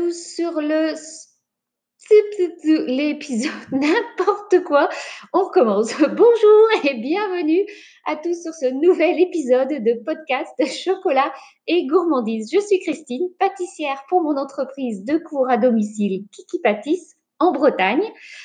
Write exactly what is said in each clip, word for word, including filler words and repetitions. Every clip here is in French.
tous sur le l'épisode n'importe quoi. On recommence. Bonjour et bienvenue à tous sur ce nouvel épisode de podcast Chocolat et Gourmandise. Je suis Christine, pâtissière pour mon entreprise de cours à domicile Kiki Pâtisse en Bretagne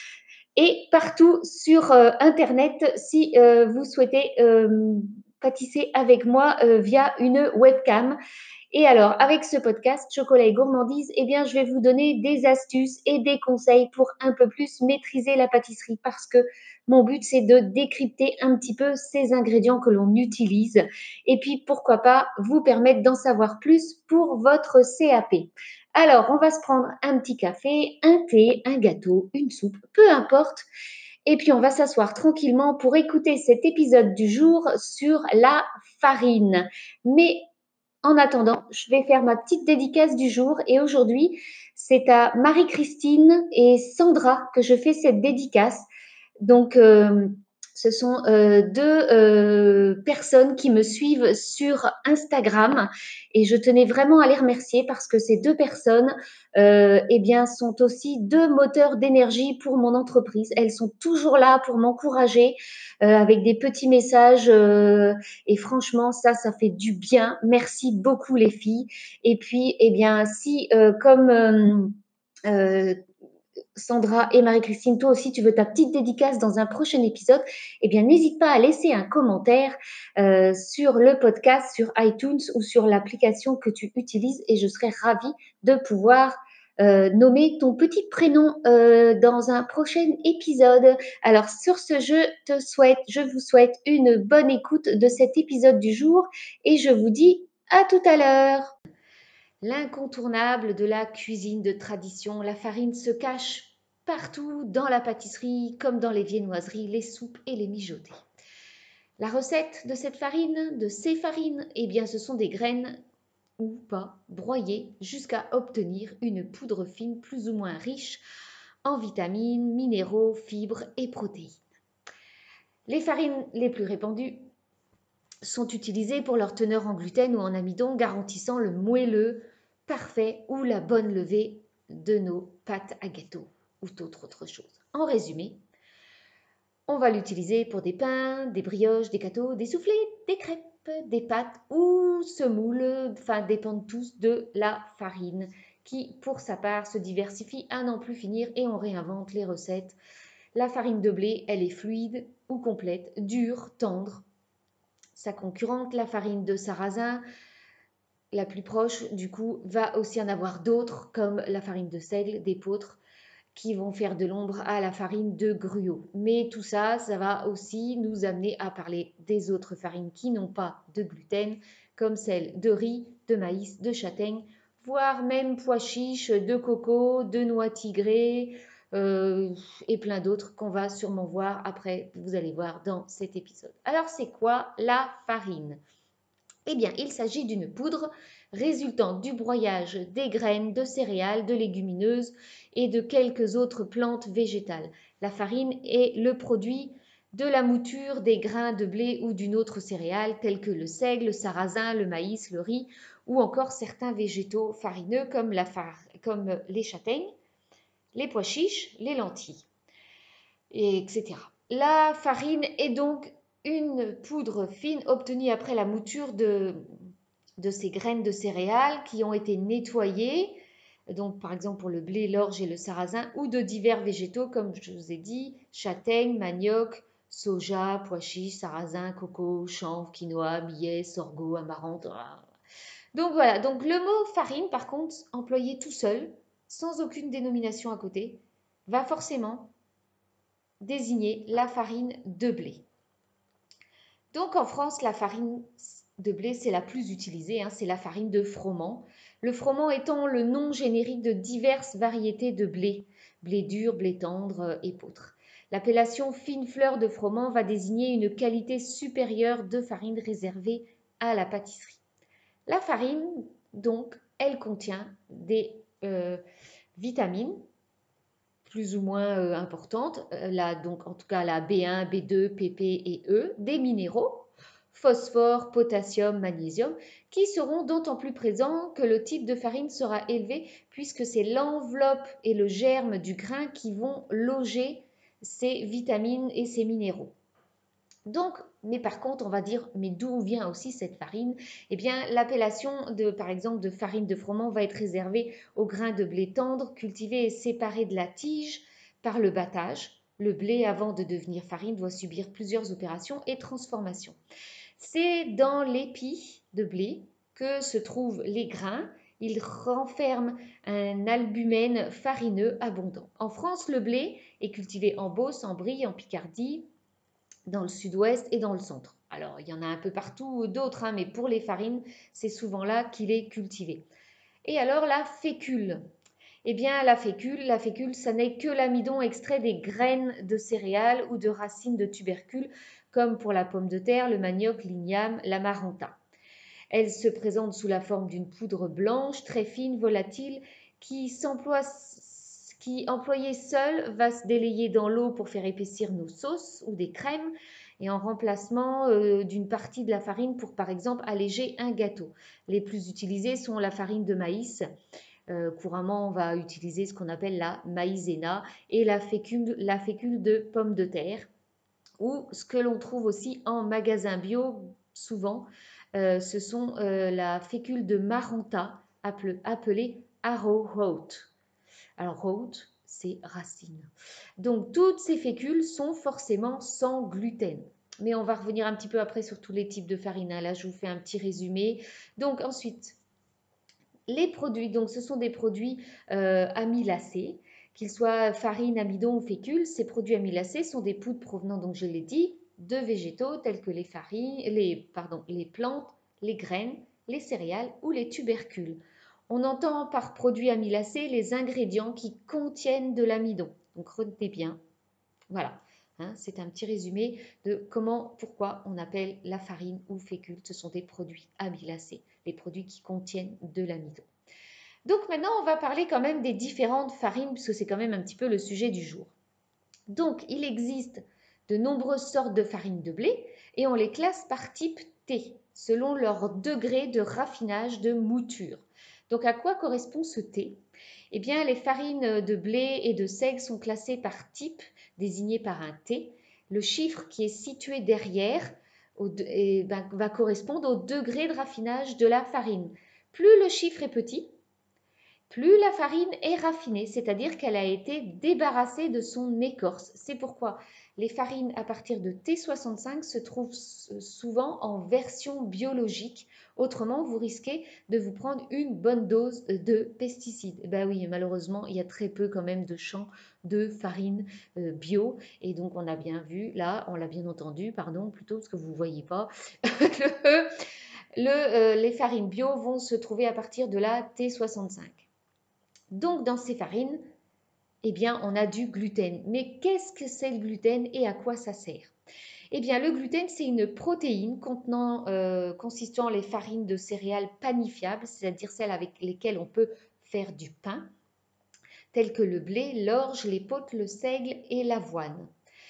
et partout sur euh, Internet si euh, vous souhaitez euh, pâtisser avec moi euh, via une webcam. Et alors, avec ce podcast Chocolat et Gourmandise, eh bien, je vais vous donner des astuces et des conseils pour un peu plus maîtriser la pâtisserie parce que mon but, c'est de décrypter un petit peu ces ingrédients que l'on utilise et puis, pourquoi pas, vous permettre d'en savoir plus pour votre C A P. Alors, on va se prendre un petit café, un thé, un gâteau, une soupe, peu importe. Et puis, on va s'asseoir tranquillement pour écouter cet épisode du jour sur la farine. Mais en attendant, je vais faire ma petite dédicace du jour et aujourd'hui, c'est à Marie-Christine et Sandra que je fais cette dédicace. Donc, euh, ce sont euh, deux euh, personnes qui me suivent sur Instagram et je tenais vraiment à les remercier parce que ces deux personnes euh, eh bien, sont aussi deux moteurs d'énergie pour mon entreprise. Elles sont toujours là pour m'encourager euh, avec des petits messages euh, et franchement, ça, ça fait du bien. Merci beaucoup les filles. Et puis, eh bien, si euh, comme euh, euh, Sandra et Marie-Christine, toi aussi, tu veux ta petite dédicace dans un prochain épisode, eh bien, n'hésite pas à laisser un commentaire euh, sur le podcast, sur iTunes ou sur l'application que tu utilises et je serai ravie de pouvoir euh, nommer ton petit prénom euh, dans un prochain épisode. Alors, sur ce, je te souhaite, je vous souhaite une bonne écoute de cet épisode du jour et je vous dis à tout à l'heure. L'incontournable de la cuisine de tradition, la farine se cache partout dans la pâtisserie comme dans les viennoiseries, les soupes et les mijotés. La recette de cette farine, de ces farines, eh bien ce sont des graines ou pas broyées jusqu'à obtenir une poudre fine plus ou moins riche en vitamines, minéraux, fibres et protéines. Les farines les plus répandues sont utilisées pour leur teneur en gluten ou en amidon garantissant le moelleux parfait ou la bonne levée de nos pâtes à gâteau ou d'autres autres choses. En résumé, on va l'utiliser pour des pains, des brioches, des gâteaux, des soufflés, des crêpes, des pâtes ou semoules, enfin dépendent tous de la farine qui, pour sa part, se diversifie à n'en plus finir et on réinvente les recettes. La farine de blé, elle est fluide ou complète, dure, tendre. Sa concurrente, la farine de sarrasin, la plus proche, du coup, va aussi en avoir d'autres, comme la farine de seigle, d'épeautre, qui vont faire de l'ombre à la farine de gruau. Mais tout ça, ça va aussi nous amener à parler des autres farines qui n'ont pas de gluten, comme celles de riz, de maïs, de châtaigne, voire même pois chiches, de coco, de noix tigrées, euh, et plein d'autres qu'on va sûrement voir après, vous allez voir dans cet épisode. Alors, c'est quoi la farine ? Eh bien, il s'agit d'une poudre résultant du broyage des graines de céréales, de légumineuses et de quelques autres plantes végétales. La farine est le produit de la mouture des grains de blé ou d'une autre céréale tels que le seigle, le sarrasin, le maïs, le riz ou encore certains végétaux farineux comme, la far... comme les châtaignes, les pois chiches, les lentilles, et cetera. La farine est donc une poudre fine obtenue après la mouture de, de ces graines de céréales qui ont été nettoyées, donc par exemple pour le blé, l'orge et le sarrasin, ou de divers végétaux comme je vous ai dit, châtaigne, manioc, soja, pois chiches, sarrasin, coco, chanvre, quinoa, millet, sorgho, amaranth. Donc voilà, donc le mot farine par contre, employé tout seul, sans aucune dénomination à côté, va forcément désigner la farine de blé. Donc en France, la farine de blé, c'est la plus utilisée, hein, c'est la farine de froment. Le froment étant le nom générique de diverses variétés de blé, blé dur, blé tendre, épeautre. L'appellation fine fleur de froment va désigner une qualité supérieure de farine réservée à la pâtisserie. La farine, donc, elle contient des euh, vitamines plus ou moins euh, importantes, euh, là, donc en tout cas la B un, B deux, P P et E, des minéraux, phosphore, potassium, magnésium, qui seront d'autant plus présents que le type de farine sera élevé puisque c'est l'enveloppe et le germe du grain qui vont loger ces vitamines et ces minéraux. Donc, mais par contre, on va dire, mais d'où vient aussi cette farine? Eh bien, l'appellation de, par exemple, de farine de froment va être réservée aux grains de blé tendre, cultivés et séparés de la tige par le battage. Le blé, avant de devenir farine, doit subir plusieurs opérations et transformations. C'est dans l'épi de blé que se trouvent les grains. Il renferme un albumène farineux abondant. En France, le blé est cultivé en Beauce, en Brie, en Picardie, dans le sud-ouest et dans le centre. Alors, il y en a un peu partout d'autres, hein, mais pour les farines, c'est souvent là qu'il est cultivé. Et alors, la fécule. Eh bien, la fécule, la fécule, ça n'est que l'amidon extrait des graines de céréales ou de racines de tubercules, comme pour la pomme de terre, le manioc, l'igname, l'amaranta. Elle se présente sous la forme d'une poudre blanche, très fine, volatile, qui s'emploie qui, employée seule, va se délayer dans l'eau pour faire épaissir nos sauces ou des crèmes et en remplacement euh, d'une partie de la farine pour, par exemple, alléger un gâteau. Les plus utilisées sont la farine de maïs. Euh, couramment, on va utiliser ce qu'on appelle la maïzena et la fécule, la fécule de pomme de terre ou ce que l'on trouve aussi en magasin bio souvent. Euh, ce sont euh, la fécule de maranta appelée arrowroot. Alors, root, c'est racine. Donc, toutes ces fécules sont forcément sans gluten. Mais on va revenir un petit peu après sur tous les types de farine. Là, je vous fais un petit résumé. Donc, ensuite, les produits, donc ce sont des produits euh, amylacés, qu'ils soient farine, amidon ou fécule. Ces produits amylacés sont des poudres provenant, donc je l'ai dit, de végétaux tels que les farines, les, pardon, les plantes, les graines, les céréales ou les tubercules. On entend par produits amylacés les ingrédients qui contiennent de l'amidon. Donc retenez bien. Voilà, hein, c'est un petit résumé de comment, pourquoi on appelle la farine ou fécule. Ce sont des produits amylacés, les produits qui contiennent de l'amidon. Donc maintenant, on va parler quand même des différentes farines, puisque c'est quand même un petit peu le sujet du jour. Donc, il existe de nombreuses sortes de farines de blé et on les classe par type T, selon leur degré de raffinage de mouture. Donc, à quoi correspond ce T? Eh bien, les farines de blé et de seigle sont classées par type, désignées par un T. Le chiffre qui est situé derrière au, et, ben, va correspondre au degré de raffinage de la farine. Plus le chiffre est petit, plus la farine est raffinée, c'est-à-dire qu'elle a été débarrassée de son écorce. C'est pourquoi les farines à partir de T soixante-cinq se trouvent souvent en version biologique. Autrement, vous risquez de vous prendre une bonne dose de pesticides. Ben oui, malheureusement, il y a très peu quand même de champs de farine euh, bio. Et donc, on a bien vu, là, on l'a bien entendu, pardon, plutôt parce que vous ne voyez pas, le, le, euh, les farines bio vont se trouver à partir de la T soixante-cinq. Donc, dans ces farines, eh bien, on a du gluten. Mais qu'est-ce que c'est le gluten et à quoi ça sert? Eh bien, le gluten, c'est une protéine contenant, euh, consistant les farines de céréales panifiables, c'est-à-dire celles avec lesquelles on peut faire du pain, telles que le blé, l'orge, l'épeautre, le seigle et l'avoine.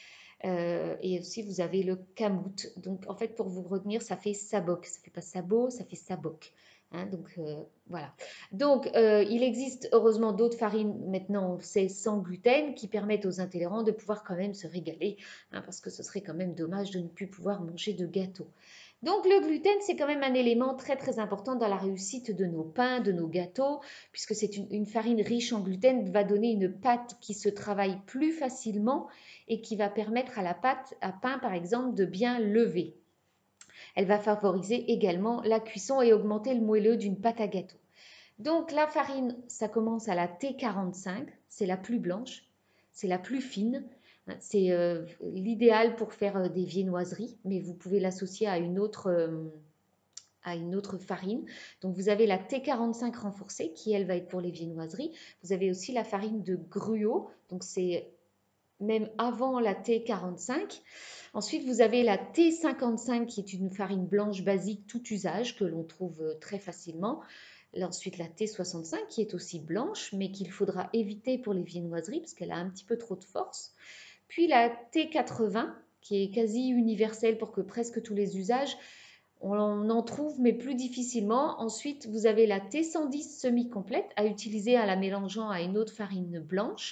Euh, et aussi, vous avez le kamut. Donc, en fait, pour vous retenir, ça fait sabok. Ça fait pas sabot, ça fait sabok. Hein, donc, euh, voilà. Donc, euh, il existe heureusement d'autres farines, maintenant, on sait, sans gluten, qui permettent aux intolérants de pouvoir quand même se régaler, hein, parce que ce serait quand même dommage de ne plus pouvoir manger de gâteau. Donc, le gluten, c'est quand même un élément très, très important dans la réussite de nos pains, de nos gâteaux, puisque c'est une, une farine riche en gluten, va donner une pâte qui se travaille plus facilement et qui va permettre à la pâte à pain, par exemple, de bien lever. Elle va favoriser également la cuisson et augmenter le moelleux d'une pâte à gâteau. Donc la farine, ça commence à la T quarante-cinq, c'est la plus blanche, c'est la plus fine, c'est euh, l'idéal pour faire euh, des viennoiseries, mais vous pouvez l'associer à une autre... Euh, à une autre farine. Donc vous avez la T quarante-cinq renforcée qui elle va être pour les viennoiseries. Vous avez aussi la farine de gruau, donc c'est même avant la T quarante-cinq. Ensuite, vous avez la T cinquante-cinq qui est une farine blanche basique tout usage que l'on trouve très facilement. Ensuite, la T soixante-cinq qui est aussi blanche mais qu'il faudra éviter pour les viennoiseries parce qu'elle a un petit peu trop de force. Puis la T quatre-vingts qui est quasi universel pour que presque tous les usages. On en trouve, mais plus difficilement. Ensuite, vous avez la T cent dix semi-complète à utiliser en la mélangeant à une autre farine blanche.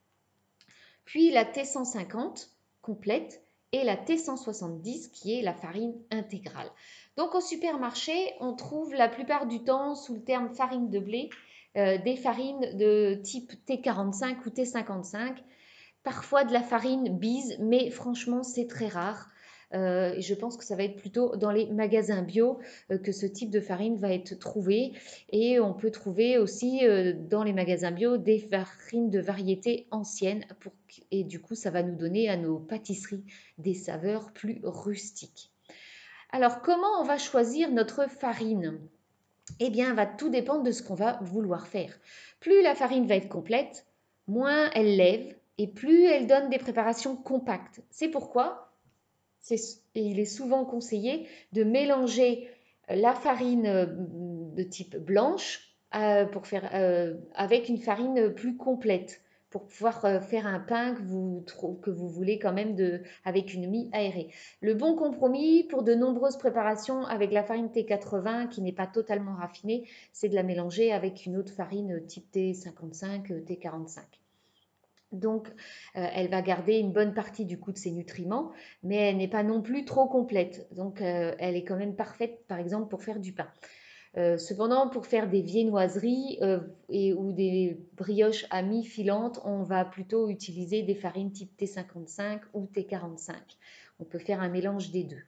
Puis la T cent cinquante complète et la T cent soixante-dix qui est la farine intégrale. Donc au supermarché, on trouve la plupart du temps sous le terme farine de blé euh, des farines de type T quarante-cinq ou T cinquante-cinq, parfois de la farine bise, mais franchement c'est très rare. Euh, et je pense que ça va être plutôt dans les magasins bio euh, que ce type de farine va être trouvé. Et on peut trouver aussi euh, dans les magasins bio des farines de variété ancienne. Pour, et du coup, ça va nous donner à nos pâtisseries des saveurs plus rustiques. Alors, comment on va choisir notre farine? Eh bien, va tout dépendre de ce qu'on va vouloir faire. Plus la farine va être complète, moins elle lève et plus elle donne des préparations compactes. C'est pourquoi c'est, il est souvent conseillé de mélanger la farine de type blanche euh, pour faire, euh, avec une farine plus complète pour pouvoir euh, faire un pain que vous, que vous voulez quand même de, avec une mie aérée. Le bon compromis pour de nombreuses préparations avec la farine T quatre-vingts qui n'est pas totalement raffinée, c'est de la mélanger avec une autre farine type T cinquante-cinq, T quarante-cinq. Donc, euh, elle va garder une bonne partie du coup de ses nutriments, mais elle n'est pas non plus trop complète. Donc, euh, elle est quand même parfaite, par exemple, pour faire du pain. Euh, cependant, pour faire des viennoiseries euh, et, ou des brioches à mie filantes, on va plutôt utiliser des farines type T cinquante-cinq ou T quarante-cinq. On peut faire un mélange des deux.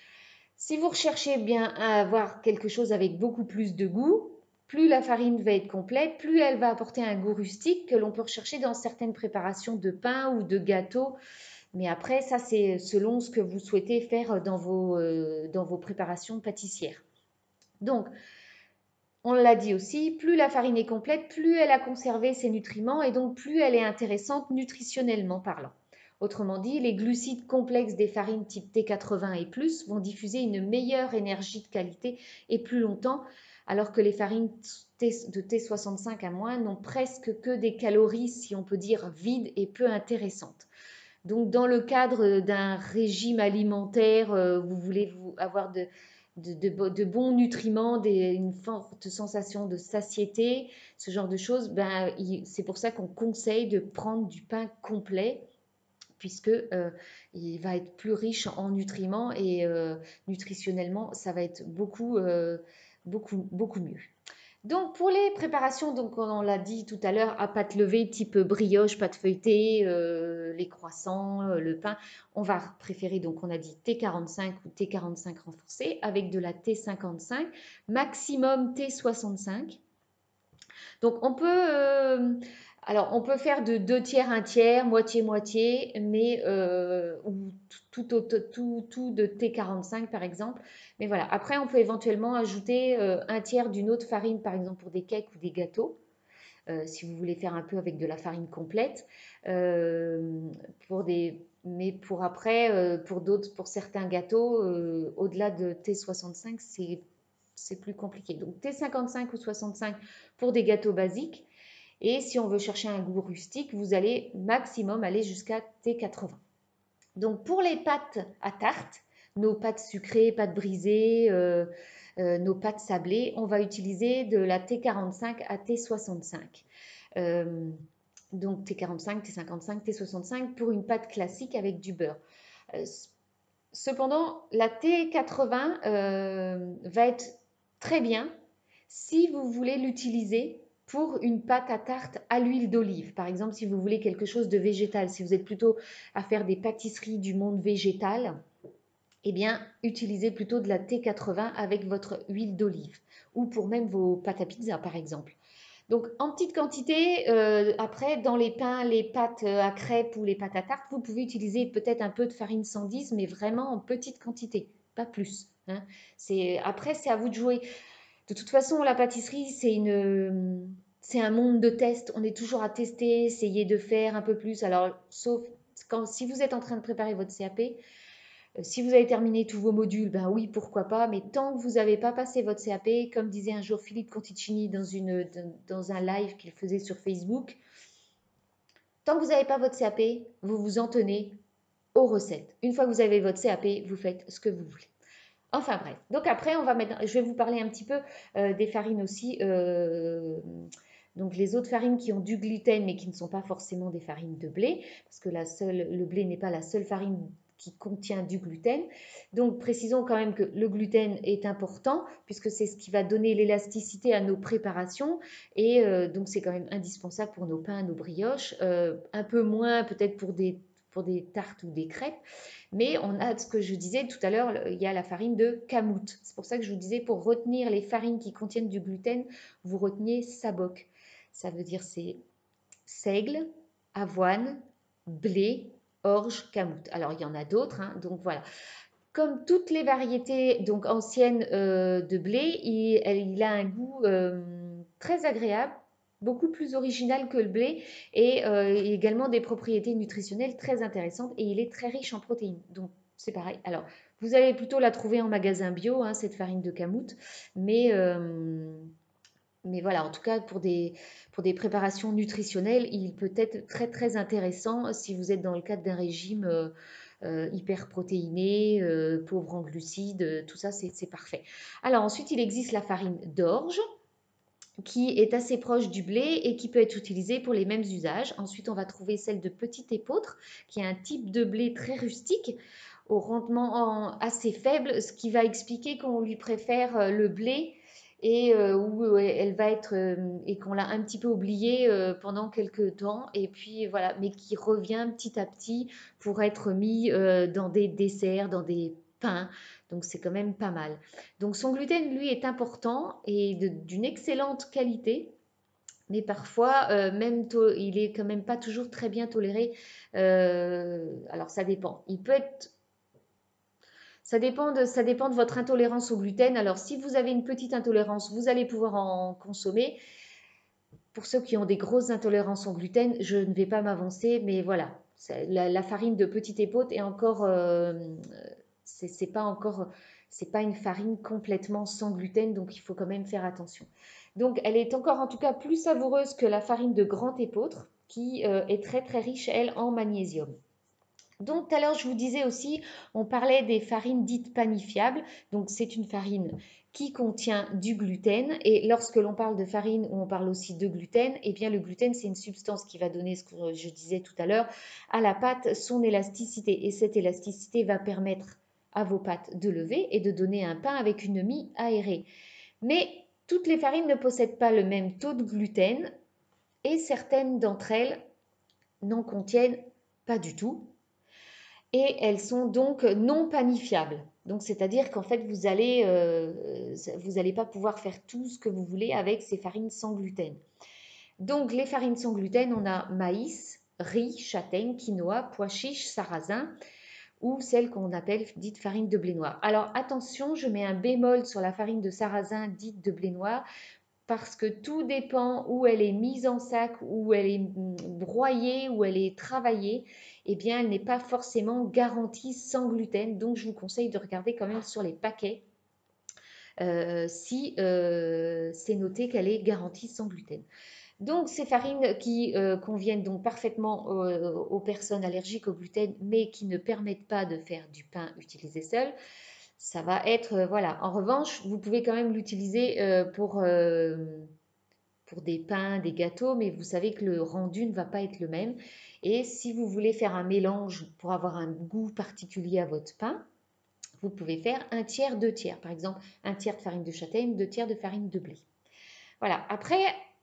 Si vous recherchez bien à avoir quelque chose avec beaucoup plus de goût, plus la farine va être complète, plus elle va apporter un goût rustique que l'on peut rechercher dans certaines préparations de pain ou de gâteaux. Mais après, ça, c'est selon ce que vous souhaitez faire dans vos, euh, dans vos préparations pâtissières. Donc, on l'a dit aussi, plus la farine est complète, plus elle a conservé ses nutriments et donc plus elle est intéressante nutritionnellement parlant. Autrement dit, les glucides complexes des farines type T quatre-vingts et plus vont diffuser une meilleure énergie de qualité et plus longtemps, alors que les farines de T soixante-cinq à moins n'ont presque que des calories, si on peut dire, vides et peu intéressantes. Donc, dans le cadre d'un régime alimentaire, euh, vous voulez vous avoir de, de, de, de bons nutriments, des, une forte sensation de satiété, ce genre de choses, ben, c'est pour ça qu'on conseille de prendre du pain complet puisque euh, il va être plus riche en nutriments et euh, nutritionnellement, ça va être beaucoup, euh, beaucoup, beaucoup mieux. Donc pour les préparations, donc on l'a dit tout à l'heure, à pâte levée type brioche, pâte feuilletée, euh, les croissants, euh, le pain, on va préférer, donc on a dit T quarante-cinq ou T quarante-cinq renforcé avec de la T cinquante-cinq, maximum T soixante-cinq. Donc on peut, euh, alors on peut faire de deux tiers, un tiers, moitié, moitié, mais euh, ou tout, tout, tout, tout de T quarante-cinq par exemple. Mais voilà, après on peut éventuellement ajouter euh, un tiers d'une autre farine, par exemple pour des cakes ou des gâteaux. Euh, si vous voulez faire un peu avec de la farine complète, euh, pour des, mais pour après, euh, pour d'autres, pour certains gâteaux, euh, au-delà de T soixante-cinq, c'est c'est plus compliqué. Donc T cinquante-cinq ou soixante-cinq pour des gâteaux basiques. Et si on veut chercher un goût rustique, vous allez maximum aller jusqu'à T quatre-vingts. Donc pour les pâtes à tarte, nos pâtes sucrées, pâtes brisées, euh, euh, nos pâtes sablées, on va utiliser de la T quarante-cinq à T soixante-cinq. Euh, donc T quarante-cinq, T cinquante-cinq, T soixante-cinq pour une pâte classique avec du beurre. Euh, cependant, la T quatre-vingts euh, va être très bien si vous voulez l'utiliser pour une pâte à tarte à l'huile d'olive. Par exemple, si vous voulez quelque chose de végétal, si vous êtes plutôt à faire des pâtisseries du monde végétal, eh bien, utilisez plutôt de la T quatre-vingts avec votre huile d'olive ou pour même vos pâtes à pizza, par exemple. Donc, en petite quantité, euh, après, dans les pains, les pâtes à crêpes ou les pâtes à tarte, vous pouvez utiliser peut-être un peu de farine cent dix, mais vraiment en petite quantité, pas plus. Hein. C'est, après, c'est à vous de jouer. De toute façon, la pâtisserie, c'est une, c'est un monde de tests. On est toujours à tester, essayer de faire un peu plus. Alors, sauf quand, si vous êtes en train de préparer votre C A P, euh, si vous avez terminé tous vos modules, ben oui, pourquoi pas. Mais tant que vous n'avez pas passé votre C A P, comme disait un jour Philippe Conticini dans, une, dans un live qu'il faisait sur Facebook, tant que vous n'avez pas votre C A P, vous vous en tenez aux recettes. Une fois que vous avez votre C A P, vous faites ce que vous voulez. Enfin bref, donc après on va mettre, je vais vous parler un petit peu euh, des farines aussi, euh, donc les autres farines qui ont du gluten mais qui ne sont pas forcément des farines de blé, parce que la seule, le blé n'est pas la seule farine qui contient du gluten. Donc précisons quand même que le gluten est important puisque c'est ce qui va donner l'élasticité à nos préparations et euh, donc c'est quand même indispensable pour nos pains, nos brioches, euh, un peu moins peut-être pour des, pour des tartes ou des crêpes. Mais on a ce que je disais tout à l'heure, il y a la farine de camoute. C'est pour ça que je vous disais, pour retenir les farines qui contiennent du gluten, vous reteniez SABOC. Ça veut dire c'est seigle, avoine, blé, orge, camoute. Alors il y en a d'autres, hein, donc voilà. Comme toutes les variétés donc anciennes euh, de blé, il, il, a un goût euh, très agréable, beaucoup plus original que le blé et euh, également des propriétés nutritionnelles très intéressantes et il est très riche en protéines. Donc c'est pareil. Alors vous allez plutôt la trouver en magasin bio, hein, cette farine de camoute, mais euh, mais voilà, en tout cas pour des, pour des préparations nutritionnelles, il peut être très très intéressant si vous êtes dans le cadre d'un régime euh, euh, hyper protéiné, euh, pauvre en glucides, euh, tout ça c'est parfait. Alors ensuite il existe la farine d'orge qui est assez proche du blé et qui peut être utilisée pour les mêmes usages. Ensuite on va trouver celle de petit épeautre qui est un type de blé très rustique au rendement assez faible, ce qui va expliquer qu'on lui préfère euh, le blé et euh, où elle va être euh, et qu'on l'a un petit peu oublié euh, pendant quelques temps et puis voilà, mais qui revient petit à petit pour être mis euh, dans des desserts, dans des pains, donc c'est quand même pas mal. Donc son gluten lui est important et d'une excellente qualité, mais parfois euh, même il est quand même pas toujours très bien toléré. Euh, alors ça dépend, il peut être ça dépend, de, ça dépend de votre intolérance au gluten. Alors, si vous avez une petite intolérance, vous allez pouvoir en consommer. Pour ceux qui ont des grosses intolérances au gluten, je ne vais pas m'avancer, mais voilà, la, la, farine de petite épeautre est encore, euh, c'est pas encore, c'est pas une farine complètement sans gluten, donc il faut quand même faire attention. Donc, elle est encore en tout cas plus savoureuse que la farine de grand épeautre, qui euh, est très très riche elle en magnésium. Donc tout à l'heure, je vous disais aussi, on parlait des farines dites panifiables. Donc c'est une farine qui contient du gluten. Et lorsque l'on parle de farine ou on parle aussi de gluten, eh bien le gluten, c'est une substance qui va donner, ce que je disais tout à l'heure, à la pâte son élasticité. Et cette élasticité va permettre à vos pâtes de lever et de donner un pain avec une mie aérée. Mais toutes les farines ne possèdent pas le même taux de gluten et certaines d'entre elles n'en contiennent pas du tout et elles sont donc non panifiables. Donc, c'est-à-dire qu'en fait, vous allez, euh, vous n'allez pas pouvoir faire tout ce que vous voulez avec ces farines sans gluten. Donc, les farines sans gluten, on a maïs, riz, châtaigne, quinoa, pois chiches, sarrasin ou celle qu'on appelle dite farine de blé noir. Alors, attention, je mets un bémol sur la farine de sarrasin dite de blé noir parce que tout dépend où elle est mise en sac, où elle est broyée, où elle est travaillée, eh bien elle n'est pas forcément garantie sans gluten. Donc je vous conseille de regarder quand même sur les paquets euh, si euh, c'est noté qu'elle est garantie sans gluten. Donc ces farines qui euh, conviennent donc parfaitement euh, aux personnes allergiques au gluten, mais qui ne permettent pas de faire du pain utilisé seul, ça va être, euh, voilà. En revanche, vous pouvez quand même l'utiliser euh, pour, euh, pour des pains, des gâteaux, mais vous savez que le rendu ne va pas être le même. Et si vous voulez faire un mélange pour avoir un goût particulier à votre pain, vous pouvez faire un tiers, deux tiers. Par exemple, un tiers de farine de châtaigne, deux tiers de farine de blé. Voilà. Après,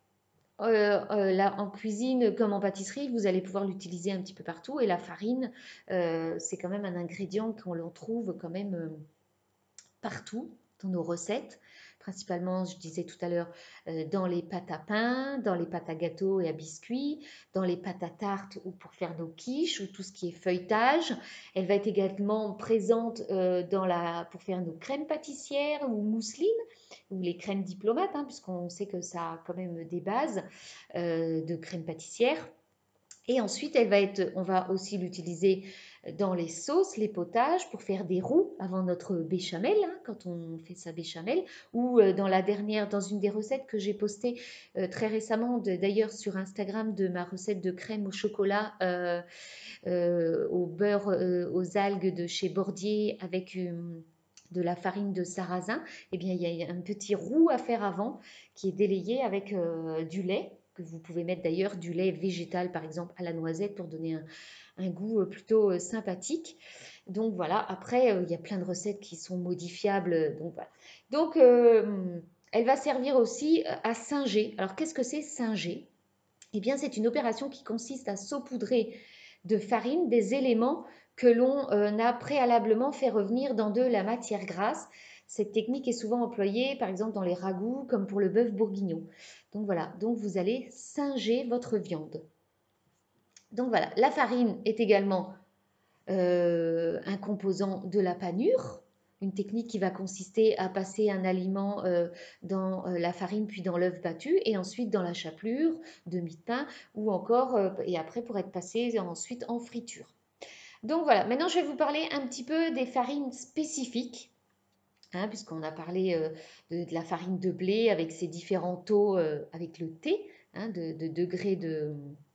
euh, euh, là, en cuisine comme en pâtisserie, vous allez pouvoir l'utiliser un petit peu partout. Et la farine, euh, c'est quand même un ingrédient qu'on trouve quand même euh, partout dans nos recettes. Principalement, je disais tout à l'heure, euh, dans les pâtes à pain, dans les pâtes à gâteaux et à biscuits, dans les pâtes à tarte ou pour faire nos quiches ou tout ce qui est feuilletage. Elle va être également présente euh, dans la, pour faire nos crèmes pâtissières ou mousselines ou les crèmes diplomates, hein, puisqu'on sait que ça a quand même des bases euh, de crèmes pâtissières. Et ensuite, elle va être, on va aussi l'utiliser dans les sauces, les potages, pour faire des roux avant notre béchamel, hein, quand on fait sa béchamel, ou euh, dans la dernière, dans une des recettes que j'ai postées euh, très récemment, d'ailleurs sur Instagram, de ma recette de crème au chocolat euh, euh, au beurre, euh, aux algues de chez Bordier avec une de la farine de sarrasin, eh bien, il y a un petit roux à faire avant qui est délayé avec euh, du lait, que vous pouvez mettre d'ailleurs du lait végétal, par exemple, à la noisette pour donner un, un goût euh, plutôt euh, sympathique. Donc voilà, après, euh, il y a plein de recettes qui sont modifiables. Donc, voilà. donc euh, elle va servir aussi à singer. Alors, qu'est-ce que c'est singer? Eh bien, c'est une opération qui consiste à saupoudrer de farine des éléments que l'on euh, a préalablement fait revenir dans de la matière grasse. Cette technique est souvent employée, par exemple, dans les ragoûts, comme pour le bœuf bourguignon. Donc voilà, donc vous allez singer votre viande. Donc voilà, la farine est également euh, un composant de la panure, une technique qui va consister à passer un aliment euh, dans euh, la farine puis dans l'œuf battu et ensuite dans la chapelure de mie de pain ou encore euh, et après pour être passé ensuite en friture. Donc voilà, maintenant je vais vous parler un petit peu des farines spécifiques. Hein, puisqu'on a parlé euh, de, de, la farine de blé avec ses différents taux euh, avec le T, hein, de, de degrés de,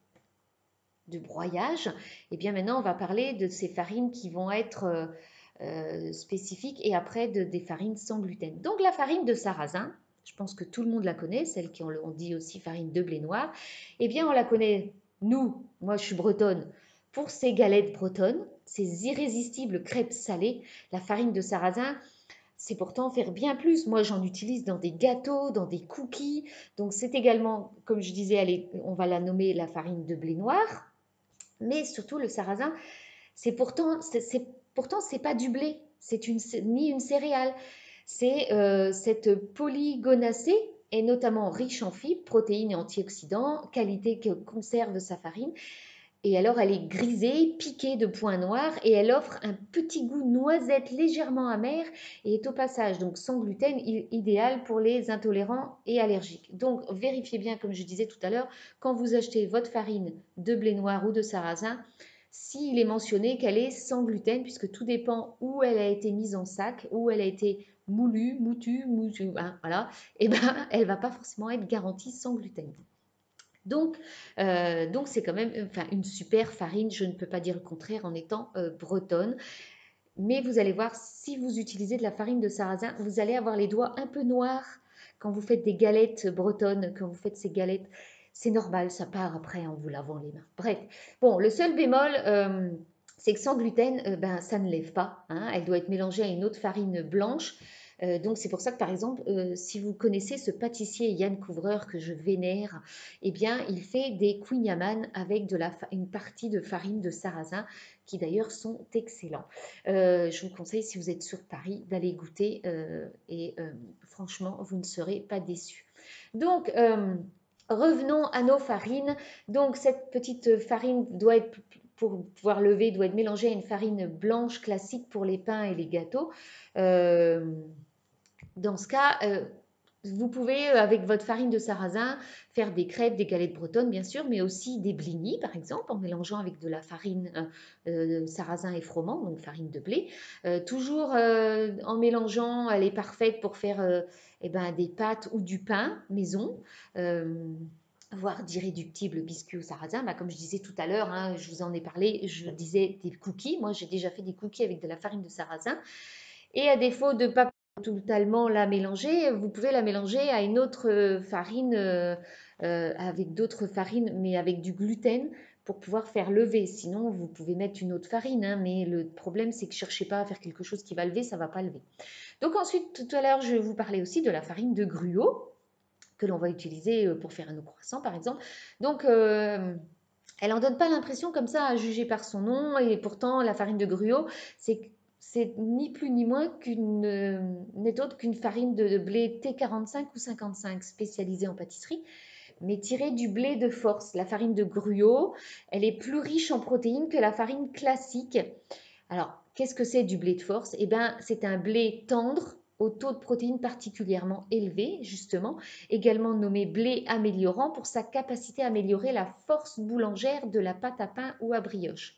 de broyage, et eh bien maintenant on va parler de ces farines qui vont être euh, euh, spécifiques et après de, des farines sans gluten. Donc la farine de sarrasin, je pense que tout le monde la connaît, celle qui on, on dit aussi farine de blé noir, et eh bien on la connaît, nous, moi je suis bretonne, pour ces galettes bretonnes, ces irrésistibles crêpes salées. La farine de sarrasin, c'est pourtant faire bien plus. Moi, j'en utilise dans des gâteaux, dans des cookies. Donc, c'est également, comme je disais, allez, on va la nommer la farine de blé noir. Mais surtout, le sarrasin, c'est pourtant, c'est pourtant, c'est pas du blé, c'est une, ni une céréale. C'est euh, cette polygonacée est notamment riche en fibres, protéines et antioxydants, qualité que conserve sa farine. Et alors, elle est grisée, piquée de points noirs et elle offre un petit goût noisette légèrement amer et est au passage donc sans gluten, idéal pour les intolérants et allergiques. Donc, vérifiez bien, comme je disais tout à l'heure, quand vous achetez votre farine de blé noir ou de sarrasin, s'il est mentionné qu'elle est sans gluten, puisque tout dépend où elle a été mise en sac, où elle a été moulue, moutue, moutue, hein, voilà, et ben, elle va pas forcément être garantie sans gluten. Donc, euh, donc c'est quand même enfin, une super farine, je ne peux pas dire le contraire en étant euh, bretonne. Mais vous allez voir, si vous utilisez de la farine de sarrasin, vous allez avoir les doigts un peu noirs quand vous faites des galettes bretonnes, quand vous faites ces galettes. C'est normal, ça part après en vous lavant les mains. Bref, bon, le seul bémol, euh, c'est que sans gluten, euh, ben, ça ne lève pas. Hein. Elle doit être mélangée à une autre farine blanche. Euh, donc c'est pour ça que par exemple, euh, si vous connaissez ce pâtissier Yann Couvreur que je vénère, eh bien il fait des kouign-amann avec de la une partie de farine de sarrasin qui d'ailleurs sont excellents. Euh, je vous conseille si vous êtes sur Paris d'aller goûter euh, et euh, franchement vous ne serez pas déçus. Donc euh, revenons à nos farines. Donc cette petite farine doit être pour pouvoir lever doit être mélangée à une farine blanche classique pour les pains et les gâteaux. Euh, dans ce cas, euh, vous pouvez, euh, avec votre farine de sarrasin, faire des crêpes, des galettes bretonnes, bien sûr, mais aussi des blinis, par exemple, en mélangeant avec de la farine euh, euh, sarrasin et froment, donc farine de blé. Euh, toujours euh, en mélangeant, elle est parfaite pour faire euh, eh ben, des pâtes ou du pain maison. Euh, voire d'irréductibles biscuits au sarrasin. Bah, comme je disais tout à l'heure, hein, je vous en ai parlé, je disais des cookies. Moi, j'ai déjà fait des cookies avec de la farine de sarrasin. Et à défaut de ne pas totalement la mélanger, vous pouvez la mélanger à une autre euh, farine, euh, euh, avec d'autres farines, mais avec du gluten pour pouvoir faire lever. Sinon, vous pouvez mettre une autre farine, hein, mais le problème, c'est que ne cherchez pas à faire quelque chose qui va lever, ça ne va pas lever. Donc ensuite, tout à l'heure, je vais vous parler aussi de la farine de gruau que l'on va utiliser euh, pour faire nos croissants, par exemple. Donc, euh, elle n'en donne pas l'impression comme ça à juger par son nom, et pourtant la farine de gruau, c'est c'est ni plus ni moins qu'une euh, n'est autre qu'une farine de blé T quarante-cinq ou cinquante-cinq spécialisée en pâtisserie, mais tirée du blé de force. La farine de gruau, elle est plus riche en protéines que la farine classique. Alors, qu'est-ce que c'est du blé de force? Eh bien, c'est un blé tendre au taux de protéines particulièrement élevé, justement, également nommé blé améliorant pour sa capacité à améliorer la force boulangère de la pâte à pain ou à brioche.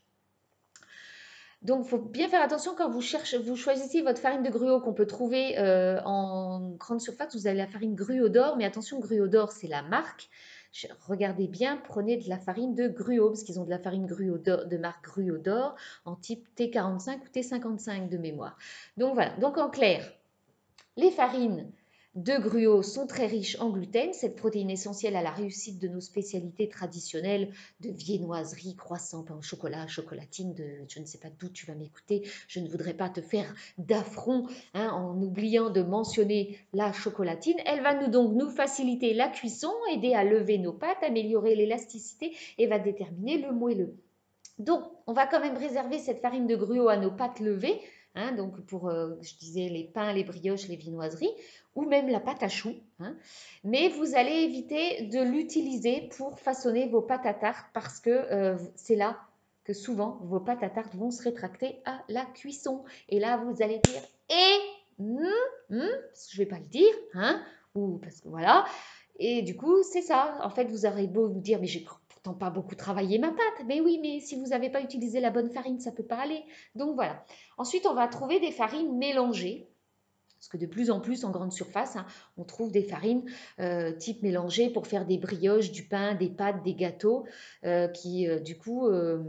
Donc, il faut bien faire attention quand vous, cherchez, vous choisissez votre farine de gruau qu'on peut trouver euh, en grande surface. Vous avez la farine Gruau d'Or, mais attention, Gruau d'Or, c'est la marque. Regardez bien, prenez de la farine de Gruau, parce qu'ils ont de la farine Gruau d'Or, de marque Gruau d'Or, en type T quarante-cinq ou T cinquante-cinq de mémoire. Donc voilà, donc en clair, les farines de gruau sont très riches en gluten, cette protéine essentielle à la réussite de nos spécialités traditionnelles de viennoiserie, croissant, pain au chocolat, chocolatine, de, je ne sais pas d'où tu vas m'écouter, je ne voudrais pas te faire d'affront hein, en oubliant de mentionner la chocolatine. Elle va nous donc nous faciliter la cuisson, aider à lever nos pâtes, améliorer l'élasticité et va déterminer le moelleux. Donc, on va quand même réserver cette farine de gruau à nos pâtes levées, hein, donc pour, euh, je disais, les pains, les brioches, les viennoiseries, ou même la pâte à choux. Hein. Mais vous allez éviter de l'utiliser pour façonner vos pâtes à tarte parce que euh, c'est là que souvent vos pâtes à tarte vont se rétracter à la cuisson. Et là, vous allez dire « et hum, hum, parce que je ne vais pas le dire, hein, ou parce que voilà ». Et du coup, c'est ça. En fait, vous aurez beau vous dire « mais j'ai pourtant pas beaucoup travaillé ma pâte ». Mais oui, mais si vous n'avez pas utilisé la bonne farine, ça ne peut pas aller. Donc voilà. Ensuite, on va trouver des farines mélangées. Parce que de plus en plus, en grande surface, hein, on trouve des farines euh, type mélangées pour faire des brioches, du pain, des pâtes, des gâteaux, euh, qui euh, du coup... Euh,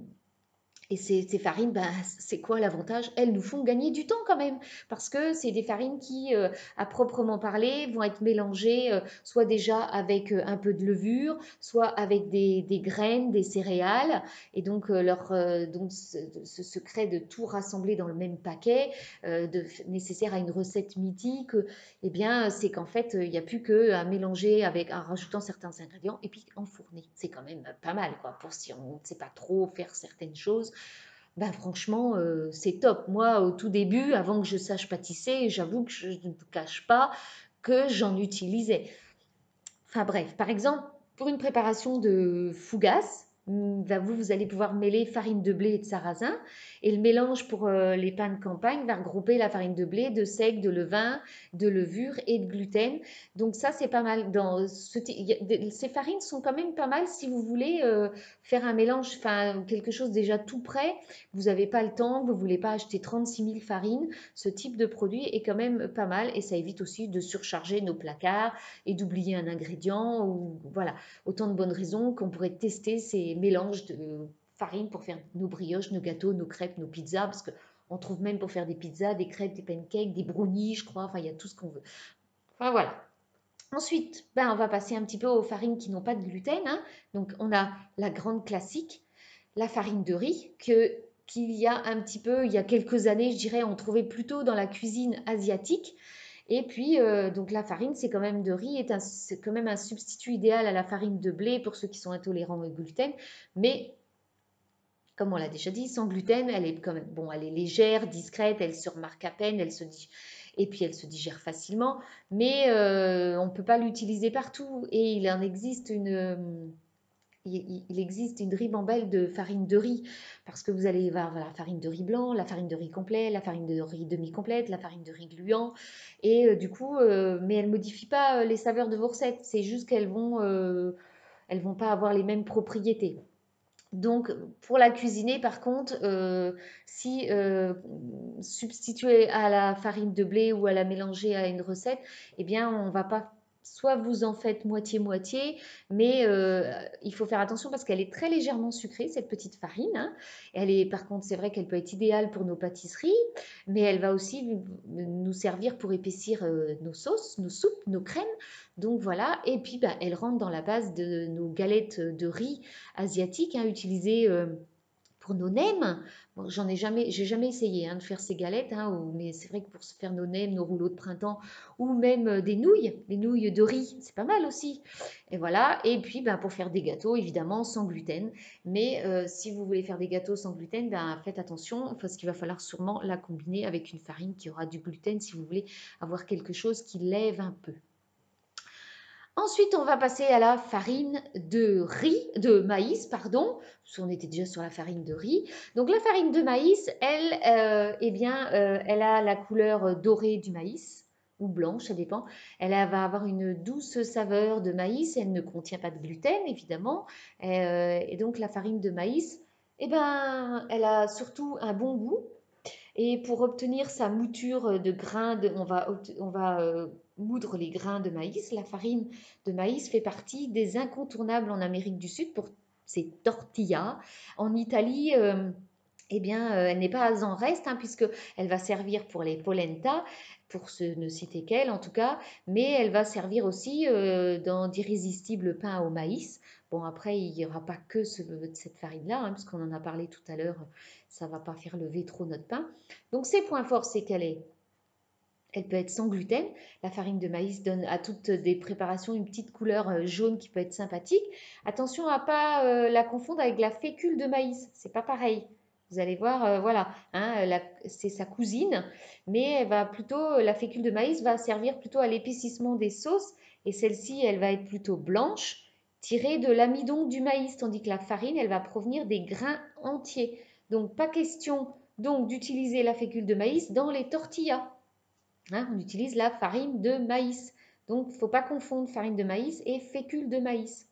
et ces, ces farines, ben, c'est quoi l'avantage? Elles nous font gagner du temps quand même, parce que c'est des farines qui, euh, à proprement parler, vont être mélangées euh, soit déjà avec euh, un peu de levure, soit avec des, des graines, des céréales, et donc, euh, leur, euh, donc ce, ce secret de tout rassembler dans le même paquet, euh, de, nécessaire à une recette mythique, eh bien, c'est qu'en fait, il n'y a plus qu'à mélanger avec, en rajoutant certains ingrédients, et puis enfourner. C'est quand même pas mal, quoi, pour si on ne sait pas trop faire certaines choses. Ben franchement, euh, c'est top. Moi, au tout début, avant que je sache pâtisser, j'avoue que je ne vous cache pas que j'en utilisais. Enfin bref, par exemple, pour une préparation de fougasse, vous, vous allez pouvoir mêler farine de blé et de sarrasin. Et le mélange pour euh, les pains de campagne va regrouper la farine de blé, de seigle, de levain, de levure et de gluten. Donc ça, c'est pas mal. Dans ce, ces farines sont quand même pas mal si vous voulez euh, faire un mélange, enfin quelque chose déjà tout prêt. Vous n'avez pas le temps, vous ne voulez pas acheter trente-six mille farines. Ce type de produit est quand même pas mal et ça évite aussi de surcharger nos placards et d'oublier un ingrédient ou voilà, autant de bonnes raisons qu'on pourrait tester ces mélanges de farine pour faire nos brioches, nos gâteaux, nos crêpes, nos pizzas, parce qu'on trouve même pour faire des pizzas, des crêpes, des pancakes, des brownies, je crois, enfin il y a tout ce qu'on veut. Enfin voilà. Ensuite, ben, on va passer un petit peu aux farines qui n'ont pas de gluten. Hein. Donc on a la grande classique, la farine de riz, que qu'il y a un petit peu, il y a quelques années, je dirais, on trouvait plutôt dans la cuisine asiatique. Et puis, euh, donc la farine, c'est quand même de riz, est un, c'est quand même un substitut idéal à la farine de blé pour ceux qui sont intolérants au gluten. Mais, comme on l'a déjà dit, sans gluten, elle est quand même, bon, elle est légère, discrète, elle se remarque à peine, elle se dit, et puis elle se digère facilement. Mais euh, on ne peut pas l'utiliser partout. Et il en existe une il existe une ribambelle de farine de riz parce que vous allez avoir la farine de riz blanc, la farine de riz complet, la farine de riz demi-complète, la farine de riz gluant et euh, du coup, euh, mais elles ne modifient pas les saveurs de vos recettes, c'est juste qu'elles vont, euh, elles vont pas avoir les mêmes propriétés. Donc, pour la cuisiner, par contre, euh, si euh, substituer à la farine de blé ou à la mélanger à une recette, eh bien, on va pas, soit vous en faites moitié-moitié, mais euh, il faut faire attention parce qu'elle est très légèrement sucrée, cette petite farine. Hein. Elle est, par contre, c'est vrai qu'elle peut être idéale pour nos pâtisseries, mais elle va aussi nous servir pour épaissir euh, nos sauces, nos soupes, nos crèmes. Donc voilà, et puis bah, elle rentre dans la base de nos galettes de riz asiatiques hein, utilisées euh, pour nos nems. Bon, j'en ai jamais, j'ai jamais essayé hein, de faire ces galettes, hein, ou, mais c'est vrai que pour se faire nos nems, nos rouleaux de printemps, ou même euh, des nouilles, des nouilles de riz, c'est pas mal aussi. Et voilà. Et puis ben, pour faire des gâteaux, évidemment sans gluten. Mais euh, si vous voulez faire des gâteaux sans gluten, ben, faites attention parce qu'il va falloir sûrement la combiner avec une farine qui aura du gluten si vous voulez avoir quelque chose qui lève un peu. Ensuite, on va passer à la farine de riz, de maïs, pardon, parce qu'on était déjà sur la farine de riz. Donc la farine de maïs, elle, euh, eh bien, euh, elle a la couleur dorée du maïs, ou blanche, ça dépend. Elle va avoir une douce saveur de maïs, elle ne contient pas de gluten, évidemment. Euh, et donc la farine de maïs, eh ben, elle a surtout un bon goût. Et pour obtenir sa mouture de grains, de, on va, on va euh, moudre les grains de maïs. La farine de maïs fait partie des incontournables en Amérique du Sud pour ses tortillas. En Italie, euh, eh bien, euh, elle n'est pas en reste, hein, puisqu'elle va servir pour les polenta, pour ce, ne citer qu'elle en tout cas, mais elle va servir aussi euh, dans d'irrésistibles pains au maïs. Bon, après, il n'y aura pas que ce, cette farine-là, hein, puisqu'on en a parlé tout à l'heure, ça ne va pas faire lever trop notre pain. Donc, ses points forts, c'est qu'elle est elle peut être sans gluten. La farine de maïs donne à toutes des préparations une petite couleur euh, jaune qui peut être sympathique. Attention à ne pas euh, la confondre avec la fécule de maïs. C'est pas pareil. Vous allez voir, euh, voilà, hein, c'est sa cousine, mais elle va plutôt, la fécule de maïs va servir plutôt à l'épaississement des sauces, et celle-ci, elle va être plutôt blanche, tirée de l'amidon du maïs, tandis que la farine, elle va provenir des grains entiers. Donc, pas question donc d'utiliser la fécule de maïs dans les tortillas. Hein, on utilise la farine de maïs. Donc, il ne faut pas confondre farine de maïs et fécule de maïs.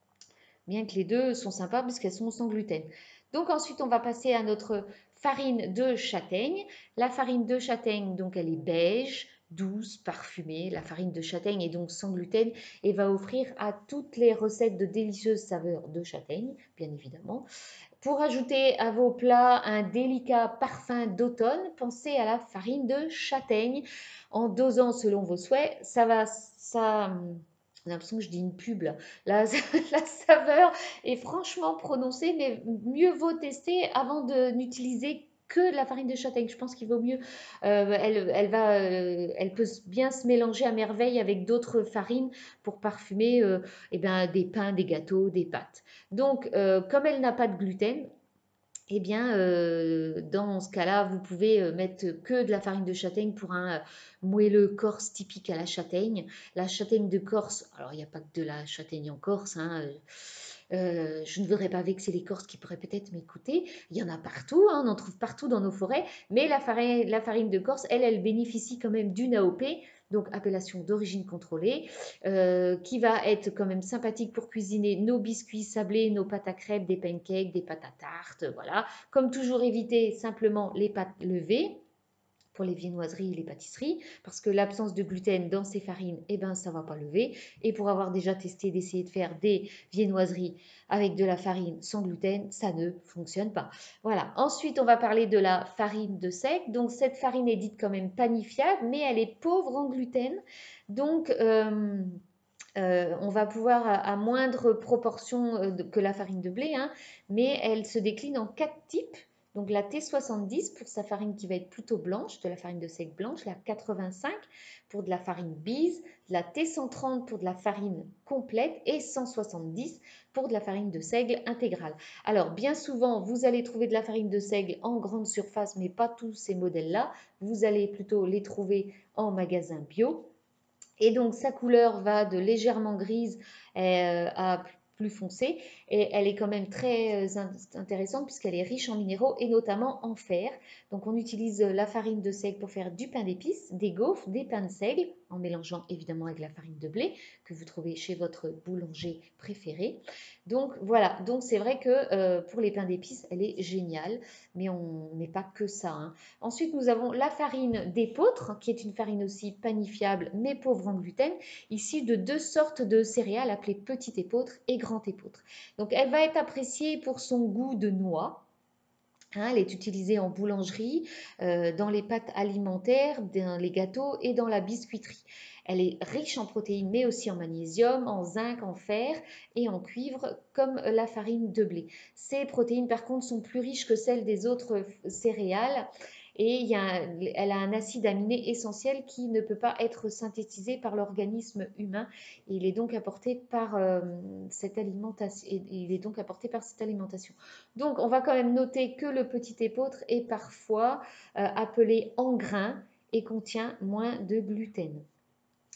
Bien que les deux sont sympas parce qu'elles sont sans gluten. Donc, ensuite, on va passer à notre farine de châtaigne. La farine de châtaigne, donc, elle est beige, douce, parfumée. La farine de châtaigne est donc sans gluten et va offrir à toutes les recettes de délicieuses saveurs de châtaigne, bien évidemment. Pour ajouter à vos plats un délicat parfum d'automne, pensez à la farine de châtaigne en dosant selon vos souhaits. Ça va, ça, on a l'impression que je dis une pub là. La, la saveur est franchement prononcée, mais mieux vaut tester avant de n'utiliser que de la farine de châtaigne. Je pense qu'il vaut mieux. Euh, elle, elle, va, euh, elle peut bien se mélanger à merveille avec d'autres farines pour parfumer euh, eh ben, des pains, des gâteaux, des pâtes. Donc, euh, comme elle n'a pas de gluten, eh bien, euh, dans ce cas-là, vous pouvez euh, mettre que de la farine de châtaigne pour un euh, moelleux corse typique à la châtaigne. La châtaigne de Corse, alors il n'y a pas que de la châtaigne en Corse, hein, euh, euh, je ne voudrais pas vexer les Corses qui pourraient peut-être m'écouter. Il y en a partout, hein, on en trouve partout dans nos forêts, mais la farine, la farine de Corse, elle, elle bénéficie quand même d'une A O P, donc appellation d'origine contrôlée, euh, qui va être quand même sympathique pour cuisiner nos biscuits sablés, nos pâtes à crêpes, des pancakes, des pâtes à tarte, voilà. Comme toujours, éviter simplement les pâtes levées pour les viennoiseries et les pâtisseries, parce que l'absence de gluten dans ces farines, eh ben, ça ne va pas lever. Et pour avoir déjà testé d'essayer de faire des viennoiseries avec de la farine sans gluten, ça ne fonctionne pas. Voilà. Ensuite, on va parler de la farine de seigle. Donc, cette farine est dite quand même panifiable, mais elle est pauvre en gluten. Donc, euh, euh, on va pouvoir, à, à moindre proportion euh, que la farine de blé, hein, mais elle se décline en quatre types. Donc la T soixante-dix pour sa farine qui va être plutôt blanche, de la farine de seigle blanche, la quatre-vingt-cinq pour de la farine bise, la T cent trente pour de la farine complète et cent soixante-dix pour de la farine de seigle intégrale. Alors bien souvent, vous allez trouver de la farine de seigle en grande surface, mais pas tous ces modèles-là. Vous allez plutôt les trouver en magasin bio. Et donc sa couleur va de légèrement grise euh, à plus foncée et elle est quand même très euh, intéressante puisqu'elle est riche en minéraux et notamment en fer. Donc on utilise la farine de seigle pour faire du pain d'épices, des gaufres, des pains de seigle en mélangeant évidemment avec la farine de blé que vous trouvez chez votre boulanger préféré. Donc voilà, donc c'est vrai que euh, pour les pains d'épices, elle est géniale, mais on n'est pas que ça, hein. Ensuite, nous avons la farine d'épeautre, qui est une farine aussi panifiable, mais pauvre en gluten, issue de deux sortes de céréales appelées petit épeautre et grand épeautre. Donc, elle va être appréciée pour son goût de noix. Hein, elle est utilisée en boulangerie, euh, dans les pâtes alimentaires, dans les gâteaux et dans la biscuiterie. Elle est riche en protéines, mais aussi en magnésium, en zinc, en fer et en cuivre, comme la farine de blé. Ces protéines, par contre, sont plus riches que celles des autres céréales. Et il y a un- elle a un acide aminé essentiel qui ne peut pas être synthétisé par l'organisme humain. Il est donc apporté par euh, cette alimentation. Il est donc apporté par cette alimentation. Donc, on va quand même noter que le petit épeautre est parfois euh, appelé en grain et contient moins de gluten.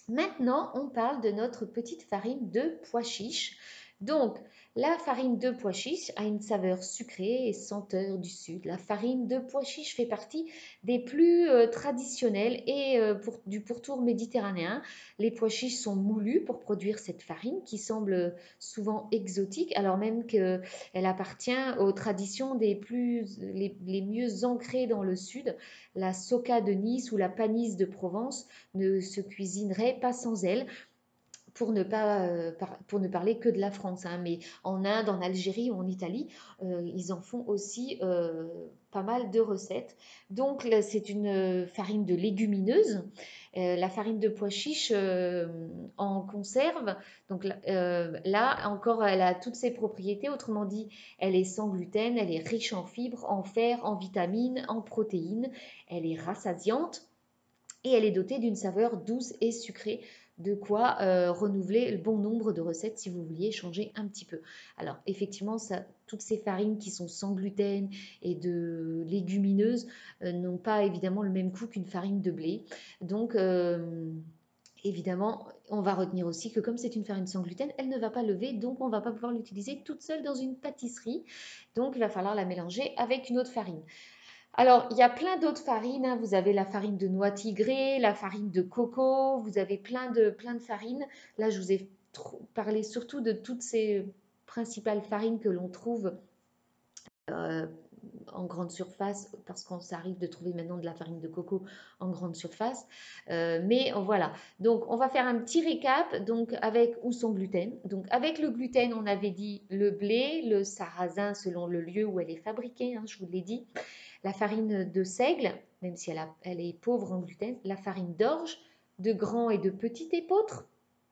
Maintenant, on parle de notre petite farine de pois chiche. Donc, la farine de pois chiche a une saveur sucrée et senteur du sud. La farine de pois chiche fait partie des plus euh, traditionnelles et euh, pour, du pourtour méditerranéen. Les pois chiches sont moulus pour produire cette farine qui semble souvent exotique, alors même qu'elle appartient aux traditions des plus, les, les mieux ancrées dans le sud. La soca de Nice ou la panisse de Provence ne se cuisinerait pas sans elle, pour ne, pas, euh, par, pour ne parler que de la France. Hein, mais en Inde, en Algérie ou en Italie, euh, ils en font aussi euh, pas mal de recettes. Donc là, c'est une farine de légumineuse. Euh, la farine de pois chiche euh, en conserve. Donc euh, là, encore, elle a toutes ses propriétés. Autrement dit, elle est sans gluten, elle est riche en fibres, en fer, en vitamines, en protéines. Elle est rassasiante et elle est dotée d'une saveur douce et sucrée, de quoi euh, renouveler le bon nombre de recettes si vous vouliez changer un petit peu. Alors effectivement, ça, toutes ces farines qui sont sans gluten et de légumineuses euh, n'ont pas évidemment le même coût qu'une farine de blé. Donc euh, évidemment, on va retenir aussi que comme c'est une farine sans gluten, elle ne va pas lever, donc on ne va pas pouvoir l'utiliser toute seule dans une pâtisserie. Donc il va falloir la mélanger avec une autre farine. Alors, il y a plein d'autres farines, hein. Vous avez la farine de noix tigrée, la farine de coco, vous avez plein de, plein de farines. Là, je vous ai parlé surtout de toutes ces principales farines que l'on trouve euh, en grande surface, parce qu'on s'arrive de trouver maintenant de la farine de coco en grande surface. Euh, mais voilà, donc on va faire un petit récap, donc avec ou sans gluten. Donc avec le gluten, on avait dit le blé, le sarrasin selon le lieu où elle est fabriquée, hein, je vous l'ai dit. La farine de seigle, même si elle, a, elle est pauvre en gluten, la farine d'orge, de grand et de petit épeautre,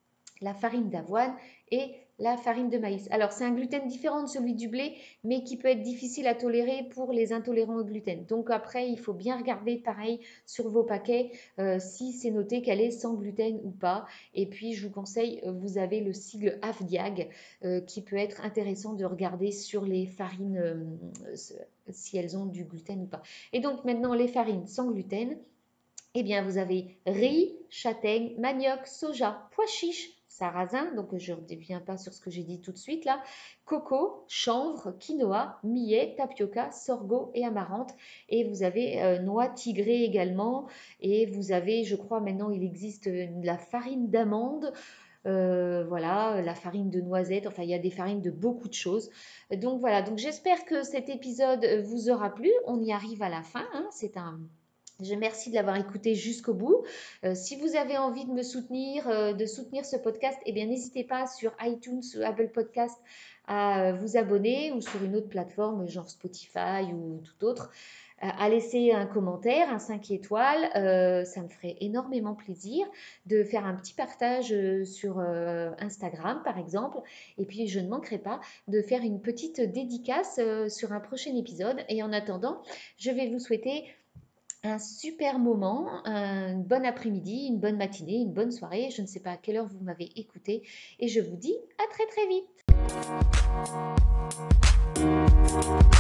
la farine d'avoine et la farine de maïs. Alors, c'est un gluten différent de celui du blé, mais qui peut être difficile à tolérer pour les intolérants au gluten. Donc, après, il faut bien regarder, pareil, sur vos paquets, euh, si c'est noté qu'elle est sans gluten ou pas. Et puis, je vous conseille, vous avez le sigle AFDIAG, euh, qui peut être intéressant de regarder sur les farines, euh, si elles ont du gluten ou pas. Et donc, maintenant, les farines sans gluten, eh bien, vous avez riz, châtaigne, manioc, soja, pois chiche, sarrasin, donc je ne reviens pas sur ce que j'ai dit tout de suite là, coco, chanvre, quinoa, millet, tapioca, sorgho et amarante. Et vous avez euh, noix tigrée également. Et vous avez, je crois maintenant, il existe de la farine d'amande. Euh, voilà, la farine de noisette, enfin il y a des farines de beaucoup de choses. Donc voilà, donc j'espère que cet épisode vous aura plu. On y arrive à la fin, hein. C'est un Je remercie de l'avoir écouté jusqu'au bout. Euh, si vous avez envie de me soutenir, euh, de soutenir ce podcast, eh bien n'hésitez pas sur iTunes ou Apple Podcast à euh, vous abonner ou sur une autre plateforme genre Spotify ou tout autre, euh, à laisser un commentaire, un cinq étoiles. Euh, ça me ferait énormément plaisir de faire un petit partage euh, sur euh, Instagram par exemple. Et puis je ne manquerai pas de faire une petite dédicace euh, sur un prochain épisode. Et en attendant, je vais vous souhaiter un super moment, un bon après-midi, une bonne matinée, une bonne soirée. Je ne sais pas à quelle heure vous m'avez écouté et je vous dis à très très vite.